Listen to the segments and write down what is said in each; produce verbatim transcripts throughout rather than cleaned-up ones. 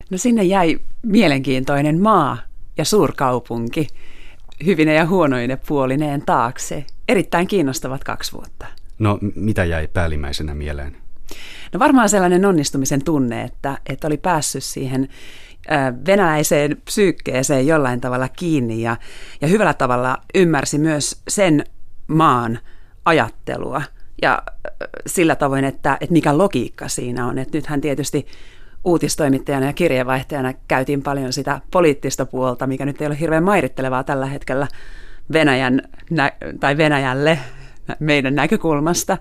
No sinne jäi mielenkiintoinen maa ja suurkaupunki hyvine ja huonoine puolineen taakse. Erittäin kiinnostavat kaksi vuotta. No mitä jäi päällimmäisenä mieleen? No varmaan sellainen onnistumisen tunne, että, että oli päässyt siihen venäläiseen psyykkeeseen jollain tavalla kiinni ja, ja hyvällä tavalla ymmärsi myös sen maan ajattelua ja sillä tavoin, että, että mikä logiikka siinä on. Että nythän tietysti uutistoimittajana ja kirjeenvaihtajana käytiin paljon sitä poliittista puolta, mikä nyt ei ole hirveän mairittelevaa tällä hetkellä Venäjän nä- tai Venäjälle meidän näkökulmasta.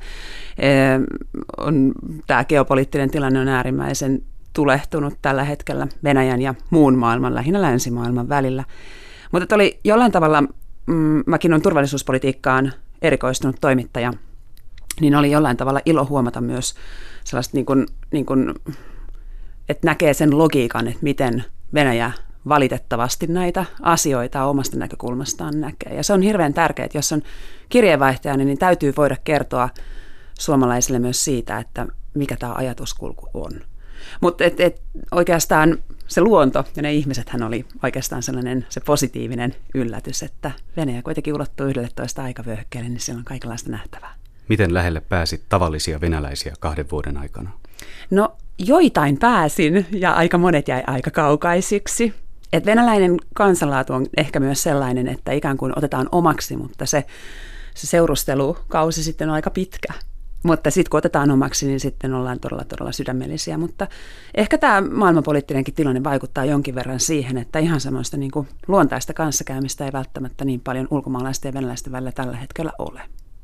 On, tämä geopoliittinen tilanne on äärimmäisen tulehtunut tällä hetkellä Venäjän ja muun maailman, lähinnä länsimaailman välillä. Mutta oli jollain tavalla, mm, mäkin olen turvallisuuspolitiikkaan erikoistunut toimittaja, niin oli jollain tavalla ilo huomata myös sellaista, niin kuin, niin kuin, että näkee sen logiikan, että miten Venäjä valitettavasti näitä asioita omasta näkökulmastaan näkee. Ja se on hirveän tärkeää, että jos on kirjeenvaihtajana, niin täytyy voida kertoa suomalaisille myös siitä, että mikä tämä ajatuskulku on. Mutta et, et oikeastaan se luonto ja ne ihmisethän oli oikeastaan sellainen se positiivinen yllätys, että Venäjä kuitenkin ulottuu yhdelletoista aikavyöhykkeelle, niin siellä on kaikenlaista nähtävää. Miten lähelle pääsit tavallisia venäläisiä kahden vuoden aikana? No joitain pääsin ja aika monet jäi aika kaukaisiksi. Et venäläinen kansanlaatu on ehkä myös sellainen, että ikään kuin otetaan omaksi, mutta se, se seurustelukausi sitten on aika pitkä. Mutta sitten kun otetaan omaksi, niin sitten ollaan todella, todella sydämellisiä. Mutta ehkä tämä maailmanpoliittinenkin tilanne vaikuttaa jonkin verran siihen, että ihan semmoista niin kuin luontaista kanssakäymistä ei välttämättä niin paljon ulkomaalaisten ja venäläisten välillä tällä hetkellä ole.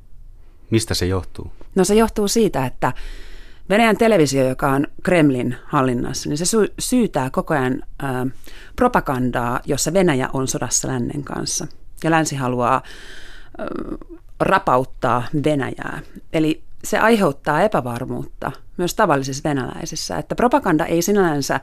Mistä se johtuu? No se johtuu siitä, että Venäjän televisio, joka on Kremlin hallinnassa, niin se sy- syytää koko ajan ää, propagandaa, jossa Venäjä on sodassa lännen kanssa. Ja länsi haluaa ää, rapauttaa Venäjää. Eli se aiheuttaa epävarmuutta myös tavallisissa venäläisissä, että propaganda ei sinänsä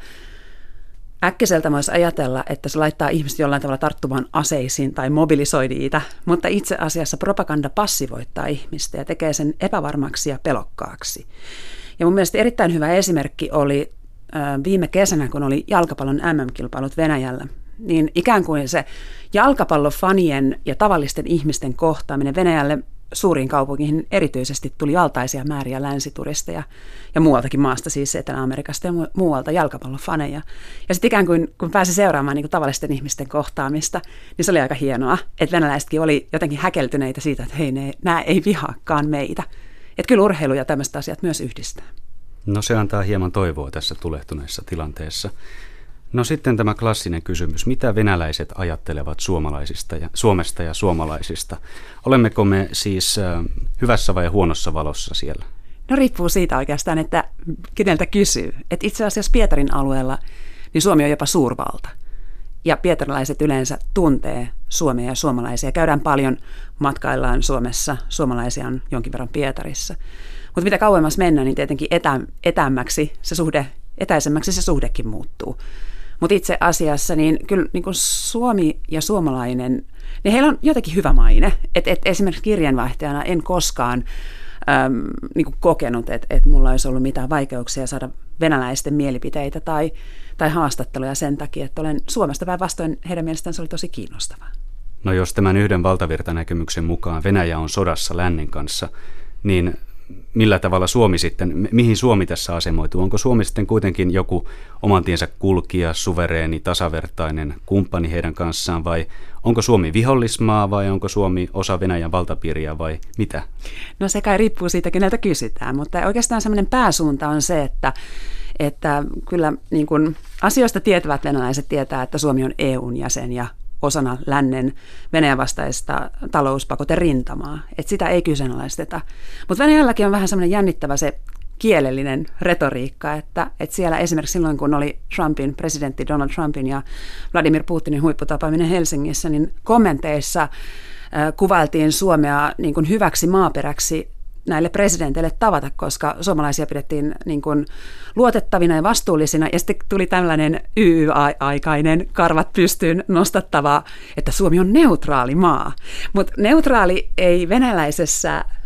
äkkiseltä voisi ajatella, että se laittaa ihmiset jollain tavalla tarttumaan aseisiin tai mobilisoi niitä, mutta itse asiassa propaganda passivoittaa ihmistä ja tekee sen epävarmaksi ja pelokkaaksi. Ja mun mielestä erittäin hyvä esimerkki oli äh, viime kesänä, kun oli jalkapallon M M-kilpailut Venäjällä, niin ikään kuin se jalkapallofanien ja tavallisten ihmisten kohtaaminen Venäjälle suuriin kaupunkiin erityisesti tuli valtaisia määriä länsituristeja ja muualtakin maasta, siis Etelä-Amerikasta ja muualta jalkapallofaneja. Ja sitten ikään kuin kun pääsi seuraamaan niin kuin tavallisten ihmisten kohtaamista, niin se oli aika hienoa, että venäläisetkin oli jotenkin häkeltyneitä siitä, että hei, ne, nämä ei vihaakaan meitä. Että kyllä urheilu ja tämmöiset asiat myös yhdistää. No se antaa hieman toivoa tässä tulehtuneessa tilanteessa. No sitten tämä klassinen kysymys. Mitä venäläiset ajattelevat suomalaisista ja, Suomesta ja suomalaisista? Olemmeko me siis äh, hyvässä vai huonossa valossa siellä? No riippuu siitä oikeastaan, että keneltä kysyy. Et itse asiassa Pietarin alueella niin Suomi on jopa suurvalta. Ja pietarilaiset yleensä tuntee Suomea ja suomalaisia. Käydään paljon, matkaillaan Suomessa, suomalaisia on jonkin verran Pietarissa. Mutta mitä kauemmas mennään, niin tietenkin etä, etämmäksi se suhde, etäisemmäksi se suhdekin muuttuu. Mutta itse asiassa niin kyllä niin kuin Suomi ja suomalainen, niin heillä on jotenkin hyvä maine. Et, et esimerkiksi kirjeenvaihtajana en koskaan äm, niin kuin kokenut, että et mulla olisi ollut mitään vaikeuksia saada venäläisten mielipiteitä tai, tai haastatteluja sen takia, että olen Suomesta päinvastoin heidän mielestään se oli tosi kiinnostavaa. No jos tämän yhden valtavirtanäkemyksen mukaan Venäjä on sodassa lännen kanssa, niin millä tavalla Suomi sitten, mihin Suomi tässä asemoituu? Onko Suomi sitten kuitenkin joku oman tiensä kulkija, suvereeni, tasavertainen kumppani heidän kanssaan vai onko Suomi vihollismaa vai onko Suomi osa Venäjän valtapiiriä vai mitä? No se kai riippuu siitä, keneltä kysytään, mutta oikeastaan semmoinen pääsuunta on se, että, että kyllä niin kuin asioista tietävät venäläiset tietää, että Suomi on E U:n jäsen ja osana lännen Venäjän vastaista talouspakoterintamaa, että sitä ei kyseenalaisteta. Mutta Venäjälläkin on vähän semmoinen jännittävä se kielellinen retoriikka, että, että siellä esimerkiksi silloin, kun oli Trumpin, presidentti Donald Trumpin ja Vladimir Putinin huipputapaaminen Helsingissä, niin kommenteissa äh, kuvailtiin Suomea niin kuin hyväksi maaperäksi näille presidenteille tavata, koska suomalaisia pidettiin niin kuin luotettavina ja vastuullisina, ja sitten tuli tällainen Y Y-aikainen karvat pystyyn nostattava, että Suomi on neutraali maa. Mutta neutraali ei venäläisessä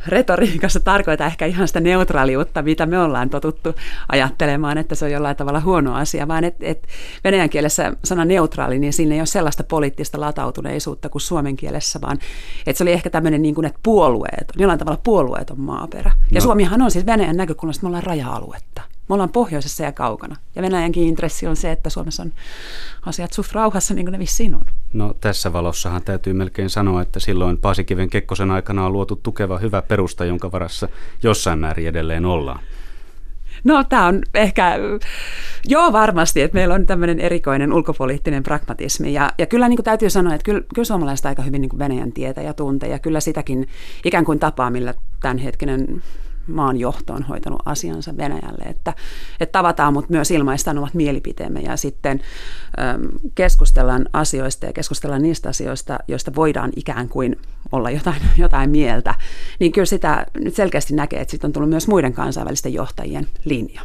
retoriikassa tarkoita ehkä ihan sitä neutraaliutta, mitä me ollaan totuttu ajattelemaan, että se on jollain tavalla huono asia, vaan että et venäjän kielessä sana neutraali, niin siinä ei ole sellaista poliittista latautuneisuutta kuin suomen kielessä, vaan että se oli ehkä tämmöinen niin kuin, että puolueet, jollain tavalla puolueeton maaperä. Ja no. Suomihan on siis Venäjän näkökulmasta, me ollaan raja-aluetta. Me ollaan pohjoisessa ja kaukana. Ja Venäjänkin intressi on se, että Suomessa on asiat suht rauhassa, niin kuin ne vissiin on. No tässä valossahan täytyy melkein sanoa, että silloin Paasikiven Kekkosen aikana on luotu tukeva hyvä perusta, jonka varassa jossain määrin edelleen ollaan. No tämä on ehkä, joo varmasti, että meillä on tämmöinen erikoinen ulkopoliittinen pragmatismi. Ja, ja kyllä niin kuin täytyy sanoa, että kyllä, kyllä suomalaiset aika hyvin niin kuin Venäjän tietä ja tunte. Ja kyllä sitäkin ikään kuin tapaa, millä tämänhetkinen maan johto on hoitanut asiansa Venäjälle, että, että tavataan, mutta myös ilmaistaan omat mielipiteemme ja sitten äm, keskustellaan asioista ja keskustellaan niistä asioista, joista voidaan ikään kuin olla jotain, jotain mieltä, niin kyllä sitä nyt selkeästi näkee, että sitten on tullut myös muiden kansainvälisten johtajien linja.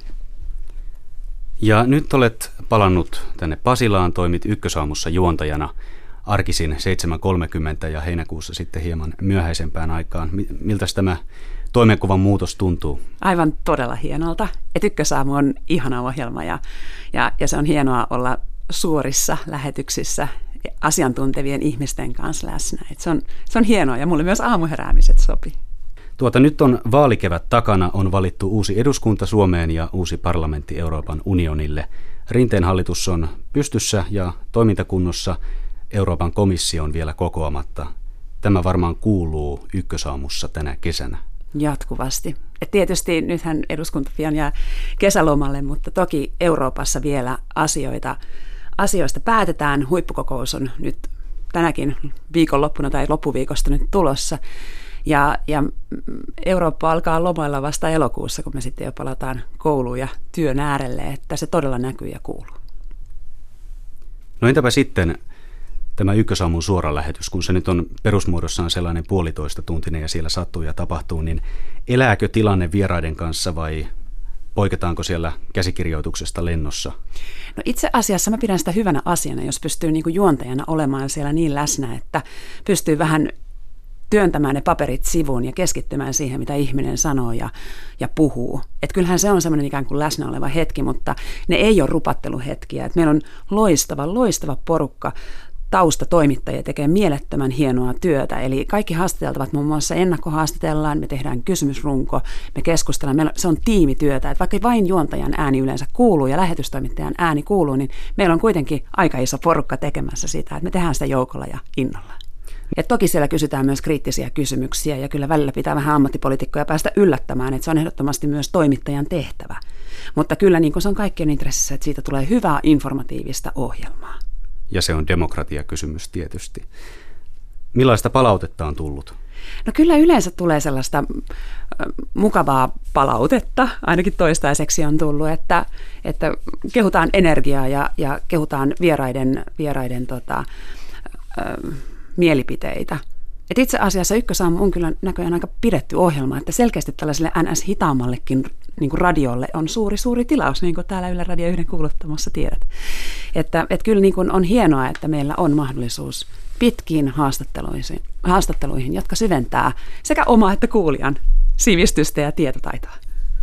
Ja nyt olet palannut tänne Pasilaan, toimit Ykkösaamussa juontajana arkisin seitsemän kolmekymmentä ja heinäkuussa sitten hieman myöhäisempään aikaan. Miltä tämä toimenkuvan muutos tuntuu? Aivan todella hienolta. Et Ykkösaamu on ihana ohjelma ja, ja, ja se on hienoa olla suorissa lähetyksissä asiantuntevien ihmisten kanssa läsnä. Et se, on, se on hienoa ja mulle myös aamuheräämiset sopii. Tuota, nyt on vaalikevät takana, on valittu uusi eduskunta Suomeen ja uusi parlamentti Euroopan unionille. Rinteen hallitus on pystyssä ja toimintakunnossa, Euroopan komissio on vielä kokoamatta. Tämä varmaan kuuluu Ykkösaamussa tänä kesänä. Jatkuvasti. Et tietysti nythän eduskunta pian jää kesälomalle, mutta toki Euroopassa vielä asioita, asioista päätetään. Huippukokous on nyt tänäkin viikonloppuna tai loppuviikosta nyt tulossa. Ja, ja Eurooppa alkaa lomailla vasta elokuussa, kun me sitten jo palataan kouluun ja työn äärelle, että se todella näkyy ja kuuluu. No entäpä sitten tämä Ykkösaamun suora lähetys, kun se nyt on perusmuodossaan sellainen puolitoista tuntinen ja siellä sattuu ja tapahtuu, niin elääkö tilanne vieraiden kanssa vai poiketaanko siellä käsikirjoituksesta lennossa? No itse asiassa mä pidän sitä hyvänä asiana, jos pystyy niin kuin juontajana olemaan siellä niin läsnä, että pystyy vähän työntämään ne paperit sivuun ja keskittymään siihen, mitä ihminen sanoo ja, ja puhuu. Et kyllähän se on semmoinen ikään kuin läsnä oleva hetki, mutta ne ei ole rupatteluhetkiä. Et meillä on loistava, loistava porukka taustatoimittajia tekee mielettömän hienoa työtä. Eli kaikki haastateltavat muun muassa ennakkohaastatellaan, me tehdään kysymysrunko, me keskustellaan. Meillä se on tiimityötä, että vaikka vain juontajan ääni yleensä kuuluu ja lähetystoimittajan ääni kuuluu, niin meillä on kuitenkin aika iso porukka tekemässä sitä, että me tehdään sitä joukolla ja innolla. Ja toki siellä kysytään myös kriittisiä kysymyksiä ja kyllä välillä pitää vähän ammattipoliitikkoja päästä yllättämään, että se on ehdottomasti myös toimittajan tehtävä. Mutta kyllä niin kuin se on kaikkien intressissä, että siitä tulee hyvää informatiivista ohjelmaa. Ja se on demokratiakysymys tietysti. Millaista palautetta on tullut? No kyllä yleensä tulee sellaista mukavaa palautetta, ainakin toistaiseksi on tullut, että, että kehutaan energiaa ja, ja kehutaan vieraiden, vieraiden tota, ö, mielipiteitä. Et itse asiassa Ykkösaamu on kyllä näköjään aika pidetty ohjelma, että selkeästi tällaiselle N S-hitaammallekin niin kuin radiolle on suuri, suuri tilaus, niin kuin täällä Yle Radio yhden kuuluttamossa tiedät. Että et kyllä niin kuin on hienoa, että meillä on mahdollisuus pitkiin haastatteluihin, haastatteluihin, jotka syventää sekä omaa että kuulijan sivistystä ja tietotaitoa.